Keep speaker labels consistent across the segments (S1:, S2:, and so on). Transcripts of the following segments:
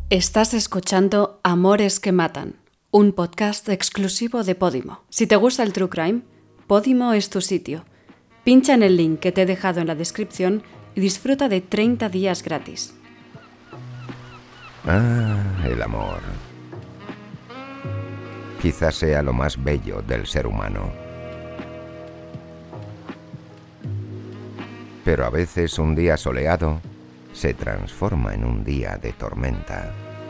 S1: Estás escuchando Amores que Matan, un podcast exclusivo de Podimo. Si te gusta el True Crime, Podimo es tu sitio. Pincha en el link que te he dejado en la descripción y disfruta de 30 días gratis.
S2: El amor. Quizás sea lo más bello del ser humano. Pero a veces un día soleado se transforma en un día de tormenta.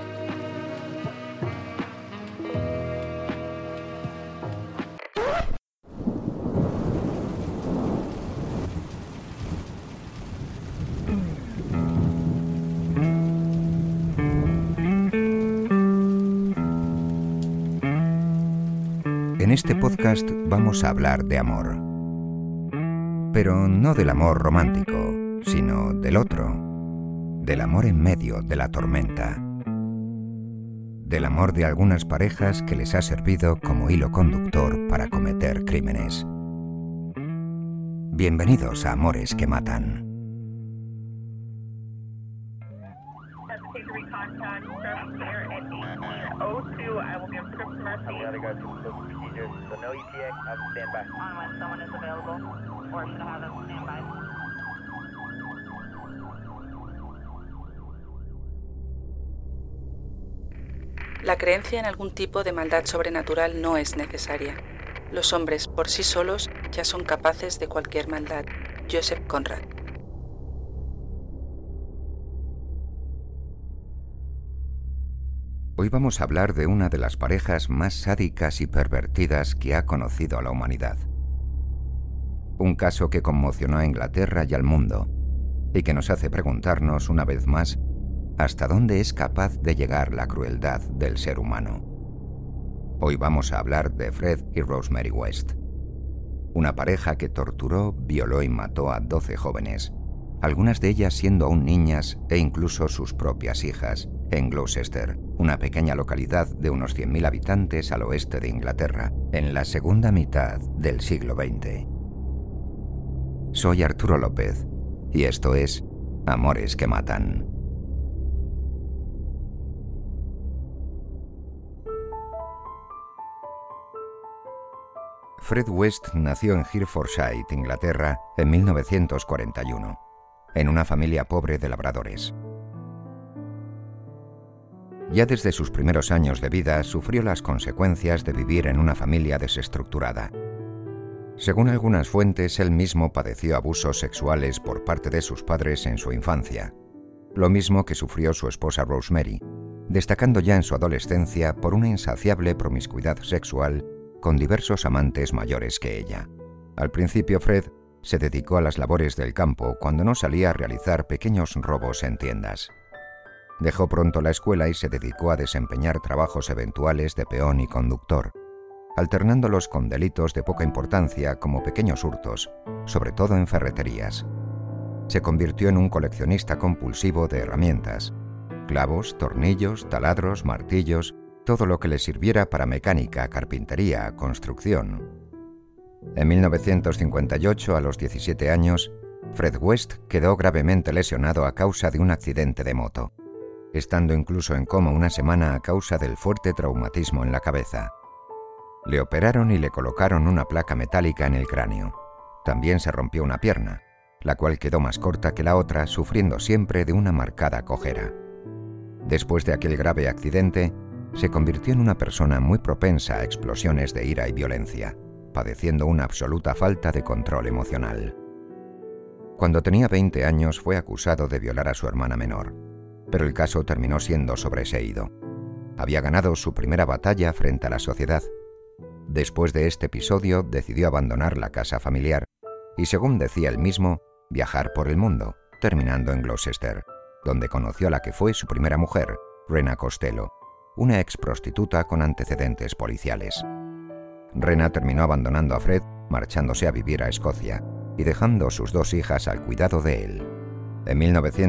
S2: En este podcast vamos a hablar de amor. Pero no del amor romántico, sino del otro. Del amor en medio de la tormenta. Del amor de algunas parejas que les ha servido como hilo conductor para cometer crímenes. Bienvenidos a Amores que Matan.
S3: La creencia en algún tipo de maldad sobrenatural no es necesaria. Los hombres por sí solos ya son capaces de cualquier maldad. Joseph Conrad.
S2: Hoy vamos a hablar de una de las parejas más sádicas y pervertidas que ha conocido a la humanidad. Un caso que conmocionó a Inglaterra y al mundo, y que nos hace preguntarnos una vez más hasta dónde es capaz de llegar la crueldad del ser humano. Hoy vamos a hablar de Fred y Rosemary West, una pareja que torturó, violó y mató a 12 jóvenes, algunas de ellas siendo aún niñas e incluso sus propias hijas, en Gloucester, una pequeña localidad de unos 100.000 habitantes al oeste de Inglaterra, en la segunda mitad del siglo XX. Soy Arturo López, y esto es Amores que Matan. Fred West nació en Herefordshire, Inglaterra, en 1941, en una familia pobre de labradores. Ya desde sus primeros años de vida sufrió las consecuencias de vivir en una familia desestructurada. Según algunas fuentes, él mismo padeció abusos sexuales por parte de sus padres en su infancia, lo mismo que sufrió su esposa Rosemary, destacando ya en su adolescencia por una insaciable promiscuidad sexual con diversos amantes mayores que ella. Al principio Fred se dedicó a las labores del campo cuando no salía a realizar pequeños robos en tiendas. Dejó pronto la escuela y se dedicó a desempeñar trabajos eventuales de peón y conductor, alternándolos con delitos de poca importancia como pequeños hurtos, sobre todo en ferreterías. Se convirtió en un coleccionista compulsivo de herramientas: clavos, tornillos, taladros, martillos, todo lo que le sirviera para mecánica, carpintería, construcción. En 1958, a los 17 años, Fred West quedó gravemente lesionado a causa de un accidente de moto, estando incluso en coma una semana a causa del fuerte traumatismo en la cabeza. Le operaron y le colocaron una placa metálica en el cráneo. También se rompió una pierna, la cual quedó más corta que la otra, sufriendo siempre de una marcada cojera. Después de aquel grave accidente, se convirtió en una persona muy propensa a explosiones de ira y violencia, padeciendo una absoluta falta de control emocional. Cuando tenía 20 años fue acusado de violar a su hermana menor, pero el caso terminó siendo sobreseído. Había ganado su primera batalla frente a la sociedad. Después de este episodio decidió abandonar la casa familiar y, según decía él mismo, viajar por el mundo, terminando en Gloucester, donde conoció a la que fue su primera mujer, Rena Costello, una ex prostituta con antecedentes policiales. Rena terminó abandonando a Fred, marchándose a vivir a Escocia y dejando sus 2 hijas al cuidado de él. En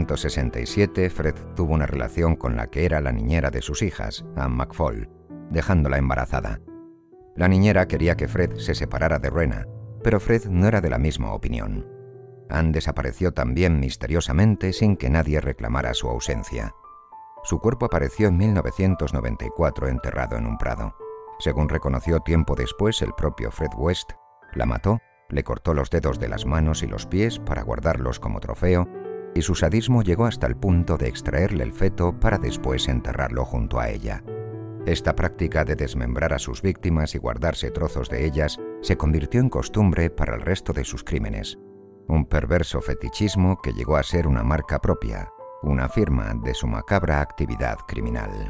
S2: 1967, Fred tuvo una relación con la que era la niñera de sus hijas, Anne McFall, dejándola embarazada. La niñera quería que Fred se separara de Rena, pero Fred no era de la misma opinión. Anne desapareció también misteriosamente sin que nadie reclamara su ausencia. Su cuerpo apareció en 1994 enterrado en un prado. Según reconoció tiempo después el propio Fred West, la mató, le cortó los dedos de las manos y los pies para guardarlos como trofeo, y su sadismo llegó hasta el punto de extraerle el feto para después enterrarlo junto a ella. Esta práctica de desmembrar a sus víctimas y guardarse trozos de ellas se convirtió en costumbre para el resto de sus crímenes. Un perverso fetichismo que llegó a ser una marca propia, una firma de su macabra actividad criminal.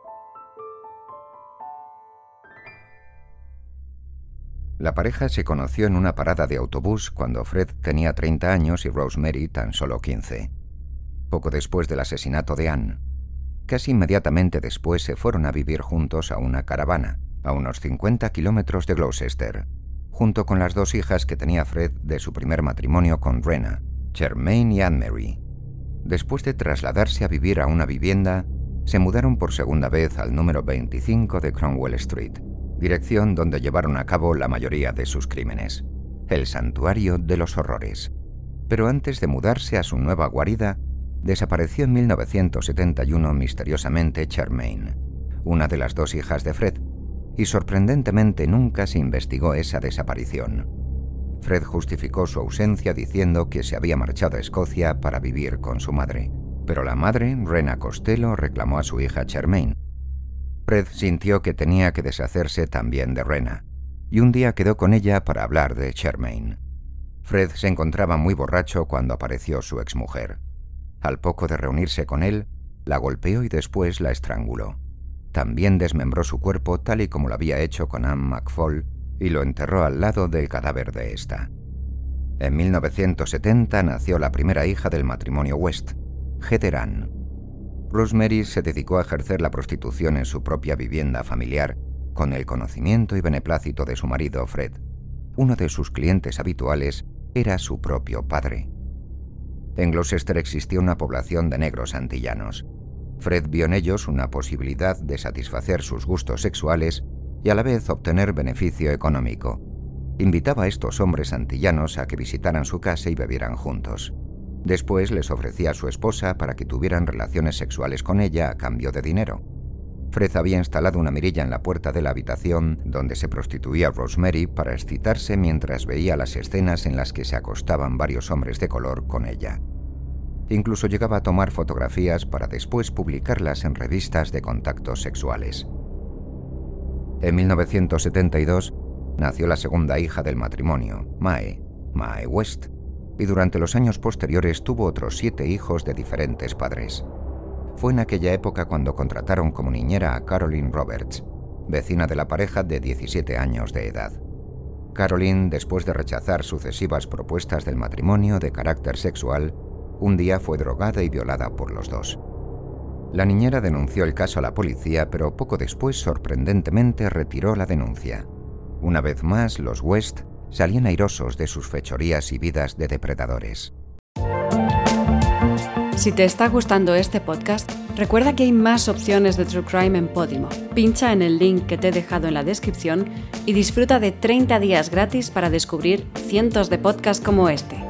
S2: La pareja se conoció en una parada de autobús cuando Fred tenía 30 años y Rosemary tan solo 15. Poco después del asesinato de Anne, casi inmediatamente después se fueron a vivir juntos a una caravana, a unos 50 kilómetros de Gloucester, junto con las 2 hijas que tenía Fred de su primer matrimonio con Rena, Charmaine y Anne-Marie. Después de trasladarse a vivir a una vivienda, se mudaron por segunda vez al número 25 de Cromwell Street, dirección donde llevaron a cabo la mayoría de sus crímenes, el santuario de los horrores. Pero antes de mudarse a su nueva guarida, desapareció en 1971 misteriosamente Charmaine, una de las 2 hijas de Fred, y sorprendentemente nunca se investigó esa desaparición. Fred justificó su ausencia diciendo que se había marchado a Escocia para vivir con su madre, pero la madre, Rena Costello, reclamó a su hija Charmaine. Fred sintió que tenía que deshacerse también de Rena, y un día quedó con ella para hablar de Charmaine. Fred se encontraba muy borracho cuando apareció su exmujer. Al poco de reunirse con él, la golpeó y después la estranguló. También desmembró su cuerpo tal y como lo había hecho con Anne McFall y lo enterró al lado del cadáver de esta. En 1970 nació la primera hija del matrimonio West, Heather Ann. Rosemary se dedicó a ejercer la prostitución en su propia vivienda familiar, con el conocimiento y beneplácito de su marido Fred. Uno de sus clientes habituales era su propio padre. En Gloucester existía una población de negros antillanos. Fred vio en ellos una posibilidad de satisfacer sus gustos sexuales y a la vez obtener beneficio económico. Invitaba a estos hombres antillanos a que visitaran su casa y bebieran juntos. Después les ofrecía a su esposa para que tuvieran relaciones sexuales con ella a cambio de dinero. Fred había instalado una mirilla en la puerta de la habitación donde se prostituía Rosemary para excitarse mientras veía las escenas en las que se acostaban varios hombres de color con ella. Incluso llegaba a tomar fotografías para después publicarlas en revistas de contactos sexuales. En 1972 nació la segunda hija del matrimonio, Mae West, y durante los años posteriores tuvo otros 7 hijos de diferentes padres. Fue en aquella época cuando contrataron como niñera a Caroline Roberts, vecina de la pareja de 17 años de edad. Caroline, después de rechazar sucesivas propuestas del matrimonio de carácter sexual, un día fue drogada y violada por los 2. La niñera denunció el caso a la policía, pero poco después, sorprendentemente, retiró la denuncia. Una vez más, los West salían airosos de sus fechorías y vidas de depredadores.
S1: Si te está gustando este podcast, recuerda que hay más opciones de True Crime en Podimo. Pincha en el link que te he dejado en la descripción y disfruta de 30 días gratis para descubrir cientos de podcasts como este.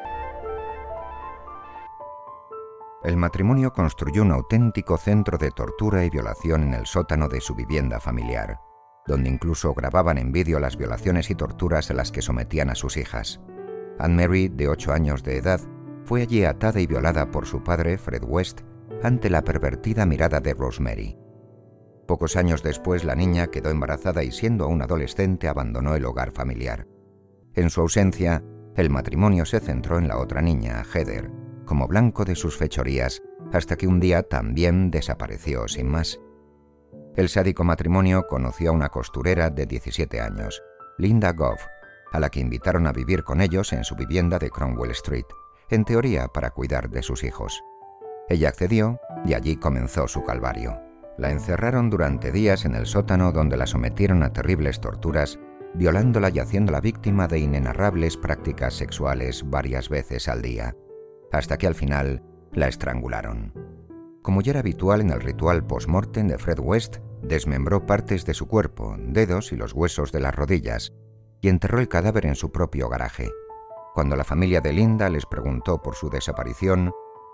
S2: El matrimonio construyó un auténtico centro de tortura y violación en el sótano de su vivienda familiar, donde incluso grababan en vídeo las violaciones y torturas a las que sometían a sus hijas. Anne-Marie, de 8 años de edad, fue allí atada y violada por su padre, Fred West, ante la pervertida mirada de Rosemary. Pocos años después, la niña quedó embarazada y, siendo aún adolescente, abandonó el hogar familiar. En su ausencia, el matrimonio se centró en la otra niña, Heather, como blanco de sus fechorías, hasta que un día también desapareció sin más. El sádico matrimonio conoció a una costurera de 17 años, Linda Goff, a la que invitaron a vivir con ellos en su vivienda de Cromwell Street, en teoría para cuidar de sus hijos. Ella accedió y allí comenzó su calvario. La encerraron durante días en el sótano, donde la sometieron a terribles torturas, violándola y haciéndola víctima de inenarrables prácticas sexuales varias veces al día, hasta que al final la estrangularon. Como ya era habitual en el ritual post-mortem de Fred West, desmembró partes de su cuerpo, dedos y los huesos de las rodillas, y enterró el cadáver en su propio garaje. Cuando la familia de Linda les preguntó por su desaparición,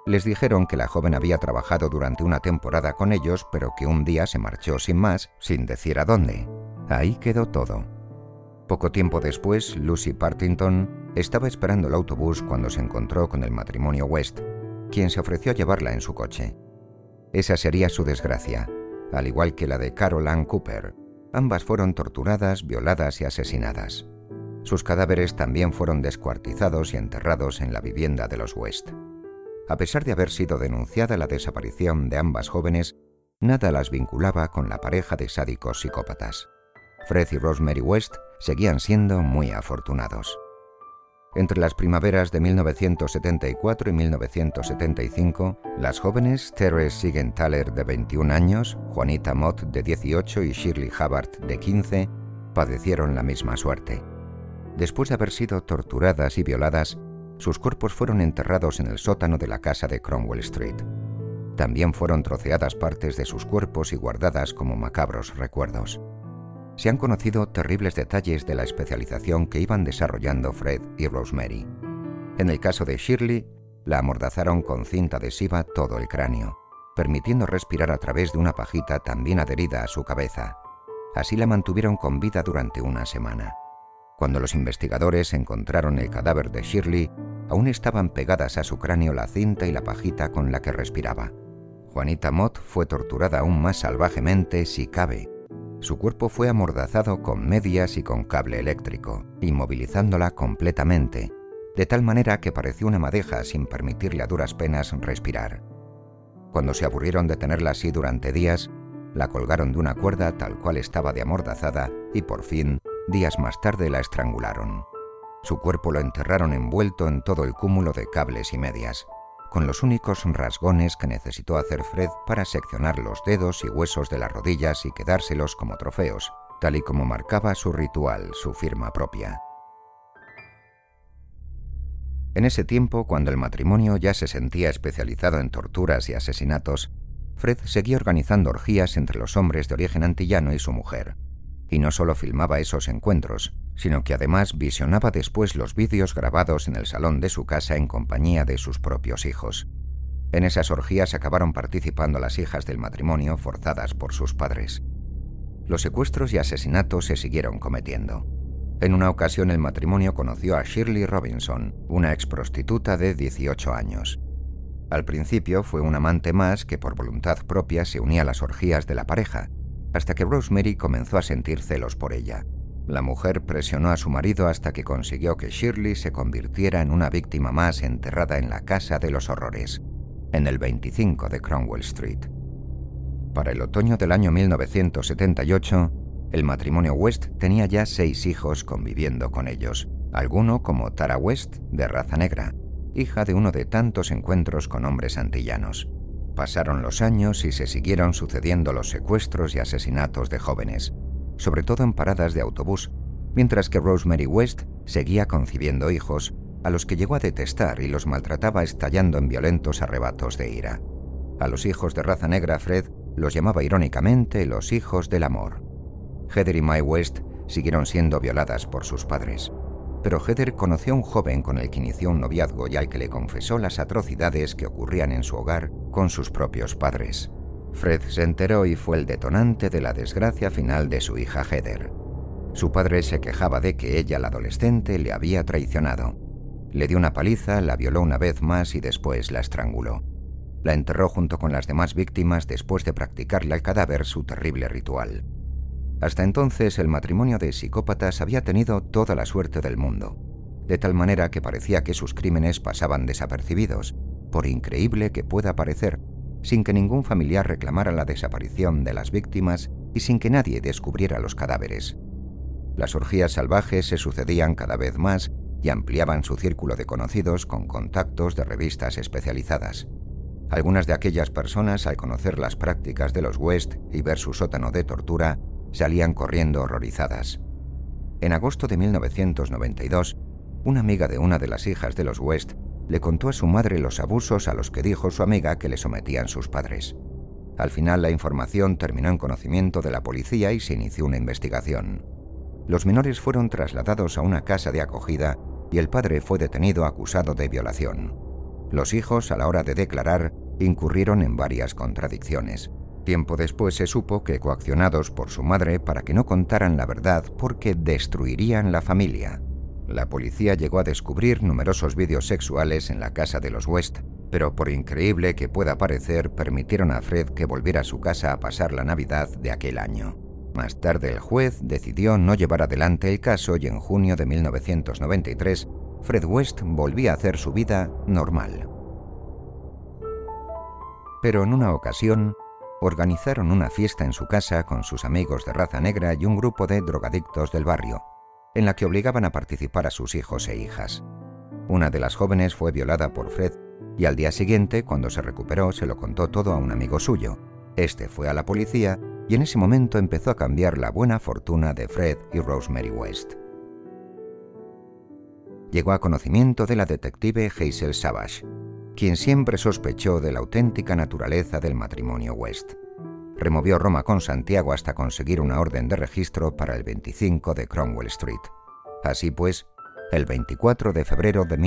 S2: Les dijeron que la joven había trabajado durante una temporada con ellos, pero que un día se marchó sin más, sin decir a dónde. Ahí quedó todo. Poco tiempo después, Lucy Partington estaba esperando el autobús cuando se encontró con el matrimonio West, quien se ofreció a llevarla en su coche. Esa sería su desgracia, al igual que la de Carol Ann Cooper. Ambas fueron torturadas, violadas y asesinadas. Sus cadáveres también fueron descuartizados y enterrados en la vivienda de los West. A pesar de haber sido denunciada la desaparición de ambas jóvenes, nada las vinculaba con la pareja de sádicos psicópatas. Fred y Rosemary West seguían siendo muy afortunados. Entre las primaveras de 1974 y 1975, las jóvenes Therese Siegenthaler, de 21 años, Juanita Mott, de 18, y Shirley Hubbard, de 15, padecieron la misma suerte. Después de haber sido torturadas y violadas, sus cuerpos fueron enterrados en el sótano de la casa de Cromwell Street. También fueron troceadas partes de sus cuerpos y guardadas como macabros recuerdos. Se han conocido terribles detalles de la especialización que iban desarrollando Fred y Rosemary. En el caso de Shirley, la amordazaron con cinta adhesiva todo el cráneo, permitiendo respirar a través de una pajita también adherida a su cabeza. Así la mantuvieron con vida durante una semana. Cuando los investigadores encontraron el cadáver de Shirley, aún estaban pegadas a su cráneo la cinta y la pajita con la que respiraba. Juanita Mott fue torturada aún más salvajemente, si cabe. Su cuerpo fue amordazado con medias y con cable eléctrico, inmovilizándola completamente, de tal manera que pareció una madeja sin permitirle a duras penas respirar. Cuando se aburrieron de tenerla así durante días, la colgaron de una cuerda tal cual estaba de amordazada y por fin, días más tarde, la estrangularon. Su cuerpo lo enterraron envuelto en todo el cúmulo de cables y medias, con los únicos rasgones que necesitó hacer Fred para seccionar los dedos y huesos de las rodillas y quedárselos como trofeos, tal y como marcaba su ritual, su firma propia. En ese tiempo, cuando el matrimonio ya se sentía especializado en torturas y asesinatos, Fred seguía organizando orgías entre los hombres de origen antillano y su mujer. Y no solo filmaba esos encuentros, sino que además visionaba después los vídeos grabados en el salón de su casa en compañía de sus propios hijos. En esas orgías acabaron participando las hijas del matrimonio forzadas por sus padres. Los secuestros y asesinatos se siguieron cometiendo. En una ocasión el matrimonio conoció a Shirley Robinson, una exprostituta de 18 años. Al principio fue un amante más que por voluntad propia se unía a las orgías de la pareja, hasta que Rosemary comenzó a sentir celos por ella. La mujer presionó a su marido hasta que consiguió que Shirley se convirtiera en una víctima más enterrada en la Casa de los Horrores, en el 25 de Cromwell Street. Para el otoño del año 1978, el matrimonio West tenía ya 6 hijos conviviendo con ellos, alguno como Tara West, de raza negra, hija de uno de tantos encuentros con hombres antillanos. Pasaron los años y se siguieron sucediendo los secuestros y asesinatos de jóvenes, sobre todo en paradas de autobús, mientras que Rosemary West seguía concibiendo hijos a los que llegó a detestar y los maltrataba estallando en violentos arrebatos de ira. A los hijos de raza negra Fred los llamaba irónicamente los hijos del amor. Heather y Mae West siguieron siendo violadas por sus padres, pero Heather conoció a un joven con el que inició un noviazgo y al que le confesó las atrocidades que ocurrían en su hogar con sus propios padres. Fred se enteró y fue el detonante de la desgracia final de su hija Heather. Su padre se quejaba de que ella, la adolescente, le había traicionado. Le dio una paliza, la violó una vez más y después la estranguló. La enterró junto con las demás víctimas después de practicarle al cadáver su terrible ritual. Hasta entonces el matrimonio de psicópatas había tenido toda la suerte del mundo, de tal manera que parecía que sus crímenes pasaban desapercibidos, por increíble que pueda parecer, sin que ningún familiar reclamara la desaparición de las víctimas y sin que nadie descubriera los cadáveres. Las orgías salvajes se sucedían cada vez más y ampliaban su círculo de conocidos con contactos de revistas especializadas. Algunas de aquellas personas, al conocer las prácticas de los West y ver su sótano de tortura, salían corriendo horrorizadas. En agosto de 1992, una amiga de una de las hijas de los West le contó a su madre los abusos a los que dijo su amiga que le sometían sus padres. Al final la información terminó en conocimiento de la policía y se inició una investigación. Los menores fueron trasladados a una casa de acogida y el padre fue detenido acusado de violación. Los hijos, a la hora de declarar, incurrieron en varias contradicciones. Tiempo después se supo que coaccionados por su madre para que no contaran la verdad porque destruirían la familia. La policía llegó a descubrir numerosos vídeos sexuales en la casa de los West, pero por increíble que pueda parecer, permitieron a Fred que volviera a su casa a pasar la Navidad de aquel año. Más tarde el juez decidió no llevar adelante el caso y en junio de 1993, Fred West volvía a hacer su vida normal. Pero en una ocasión, organizaron una fiesta en su casa con sus amigos de raza negra y un grupo de drogadictos del barrio, en la que obligaban a participar a sus hijos e hijas. Una de las jóvenes fue violada por Fred y al día siguiente, cuando se recuperó, se lo contó todo a un amigo suyo. Este fue a la policía y en ese momento empezó a cambiar la buena fortuna de Fred y Rosemary West. Llegó a conocimiento de la detective Hazel Savage, quien siempre sospechó de la auténtica naturaleza del matrimonio West. Removió Roma con Santiago hasta conseguir una orden de registro para el 25 de Cromwell Street. Así pues, el 24 de febrero de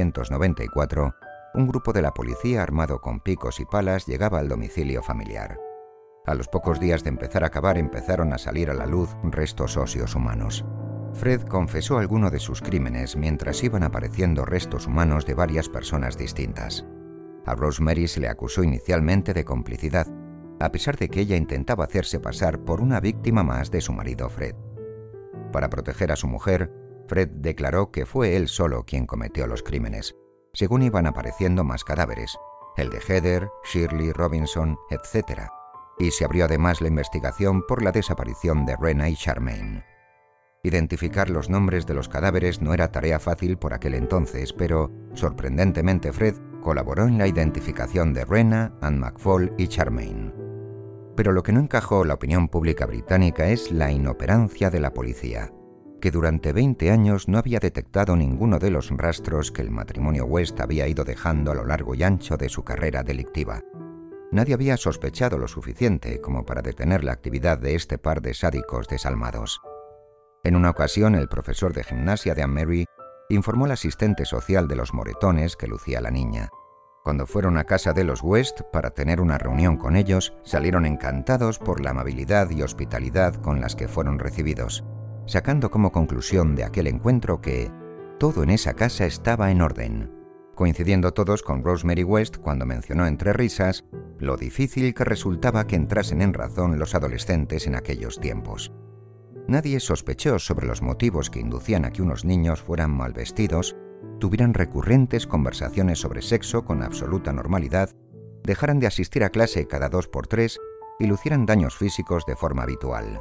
S2: 1994, un grupo de la policía armado con picos y palas llegaba al domicilio familiar. A los pocos días de empezar a cavar empezaron a salir a la luz restos óseos humanos. Fred confesó alguno de sus crímenes mientras iban apareciendo restos humanos de varias personas distintas. A Rosemary se le acusó inicialmente de complicidad, a pesar de que ella intentaba hacerse pasar por una víctima más de su marido Fred. Para proteger a su mujer, Fred declaró que fue él solo quien cometió los crímenes, según iban apareciendo más cadáveres, el de Heather, Shirley, Robinson, etc. Y se abrió además la investigación por la desaparición de Rena y Charmaine. Identificar los nombres de los cadáveres no era tarea fácil por aquel entonces, pero, sorprendentemente, Fred colaboró en la identificación de Rena, Anne McFall y Charmaine. Pero lo que no encajó la opinión pública británica es la inoperancia de la policía, que durante 20 años no había detectado ninguno de los rastros que el matrimonio West había ido dejando a lo largo y ancho de su carrera delictiva. Nadie había sospechado lo suficiente como para detener la actividad de este par de sádicos desalmados. En una ocasión, el profesor de gimnasia de Anne Mary informó al asistente social de los moretones que lucía la niña. Cuando fueron a casa de los West para tener una reunión con ellos, salieron encantados por la amabilidad y hospitalidad con las que fueron recibidos, sacando como conclusión de aquel encuentro que todo en esa casa estaba en orden, coincidiendo todos con Rosemary West cuando mencionó entre risas lo difícil que resultaba que entrasen en razón los adolescentes en aquellos tiempos. Nadie sospechó sobre los motivos que inducían a que unos niños fueran mal vestidos, tuvieran recurrentes conversaciones sobre sexo con absoluta normalidad, dejaran de asistir a clase cada 2 por 3 y lucieran daños físicos de forma habitual.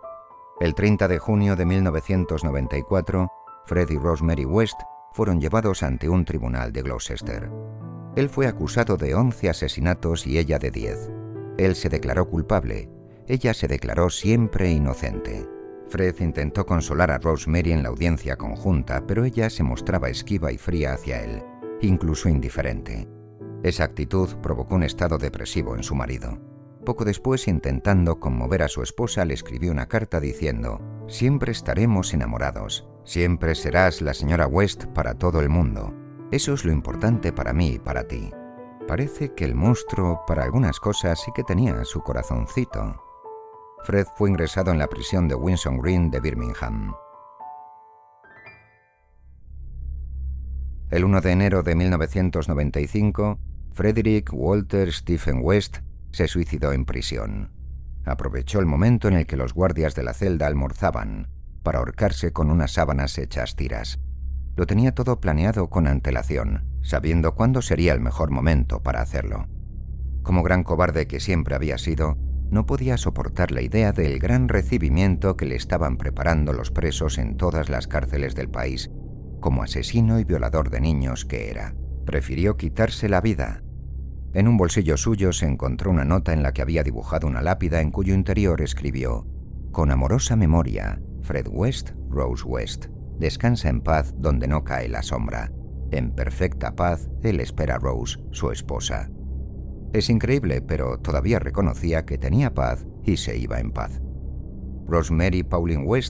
S2: El 30 de junio de 1994, Fred y Rosemary West fueron llevados ante un tribunal de Gloucester. Él fue acusado de 11 asesinatos y ella de 10. Él se declaró culpable, ella se declaró siempre inocente. Fred intentó consolar a Rosemary en la audiencia conjunta, pero ella se mostraba esquiva y fría hacia él, incluso indiferente. Esa actitud provocó un estado depresivo en su marido. Poco después, intentando conmover a su esposa, le escribió una carta diciendo: «Siempre estaremos enamorados. Siempre serás la señora West para todo el mundo. Eso es lo importante para mí y para ti». Parece que el monstruo, para algunas cosas, sí que tenía su corazoncito. Fred fue ingresado en la prisión de Windsor Green de Birmingham. El 1 de enero de 1995, Frederick Walter Stephen West se suicidó en prisión. Aprovechó el momento en el que los guardias de la celda almorzaban para ahorcarse con unas sábanas hechas tiras. Lo tenía todo planeado con antelación, sabiendo cuándo sería el mejor momento para hacerlo. Como gran cobarde que siempre había sido, no podía soportar la idea del gran recibimiento que le estaban preparando los presos en todas las cárceles del país, como asesino y violador de niños que era. Prefirió quitarse la vida. En un bolsillo suyo se encontró una nota en la que había dibujado una lápida en cuyo interior escribió: «Con amorosa memoria, Fred West, Rose West. Descansa en paz donde no cae la sombra. En perfecta paz, él espera a Rose, su esposa». Es increíble, pero todavía reconocía que tenía paz y se iba en paz. Rosemary Pauline West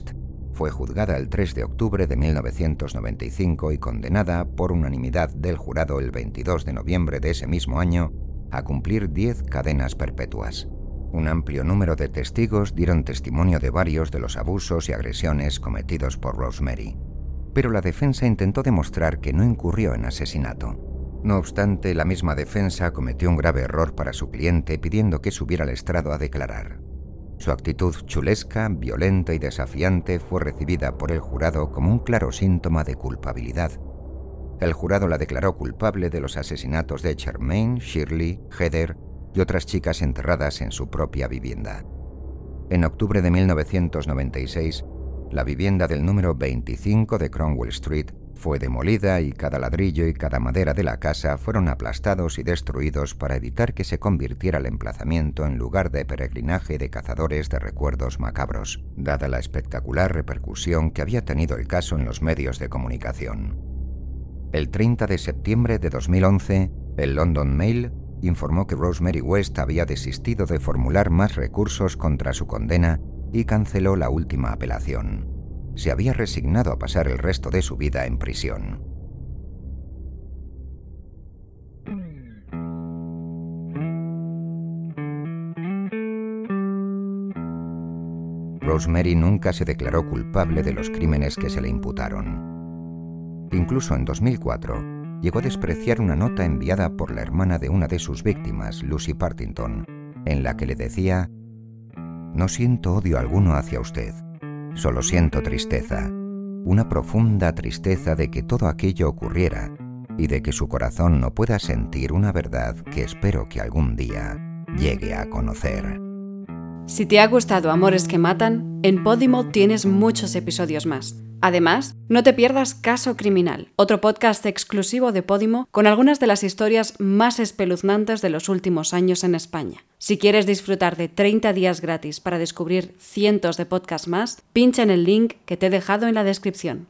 S2: fue juzgada el 3 de octubre de 1995 y condenada por unanimidad del jurado el 22 de noviembre de ese mismo año a cumplir 10 cadenas perpetuas. Un amplio número de testigos dieron testimonio de varios de los abusos y agresiones cometidos por Rosemary, pero la defensa intentó demostrar que no incurrió en asesinato. No obstante, la misma defensa cometió un grave error para su cliente pidiendo que subiera al estrado a declarar. Su actitud chulesca, violenta y desafiante fue recibida por el jurado como un claro síntoma de culpabilidad. El jurado la declaró culpable de los asesinatos de Charmaine, Shirley, Heather y otras chicas enterradas en su propia vivienda. En octubre de 1996, la vivienda del número 25 de Cromwell Street fue demolida y cada ladrillo y cada madera de la casa fueron aplastados y destruidos para evitar que se convirtiera el emplazamiento en lugar de peregrinaje de cazadores de recuerdos macabros, dada la espectacular repercusión que había tenido el caso en los medios de comunicación. El 30 de septiembre de 2011, el London Mail informó que Rosemary West había desistido de formular más recursos contra su condena y canceló la última apelación. Se había resignado a pasar el resto de su vida en prisión. Rosemary nunca se declaró culpable de los crímenes que se le imputaron. Incluso en 2004, llegó a despreciar una nota enviada por la hermana de una de sus víctimas, Lucy Partington, en la que le decía: «No siento odio alguno hacia usted. Solo siento tristeza, una profunda tristeza de que todo aquello ocurriera y de que su corazón no pueda sentir una verdad que espero que algún día llegue a conocer».
S1: Si te ha gustado Amores que Matan, en Podimo tienes muchos episodios más. Además, no te pierdas Caso Criminal, otro podcast exclusivo de Podimo con algunas de las historias más espeluznantes de los últimos años en España. Si quieres disfrutar de 30 días gratis para descubrir cientos de podcasts más, pincha en el link que te he dejado en la descripción.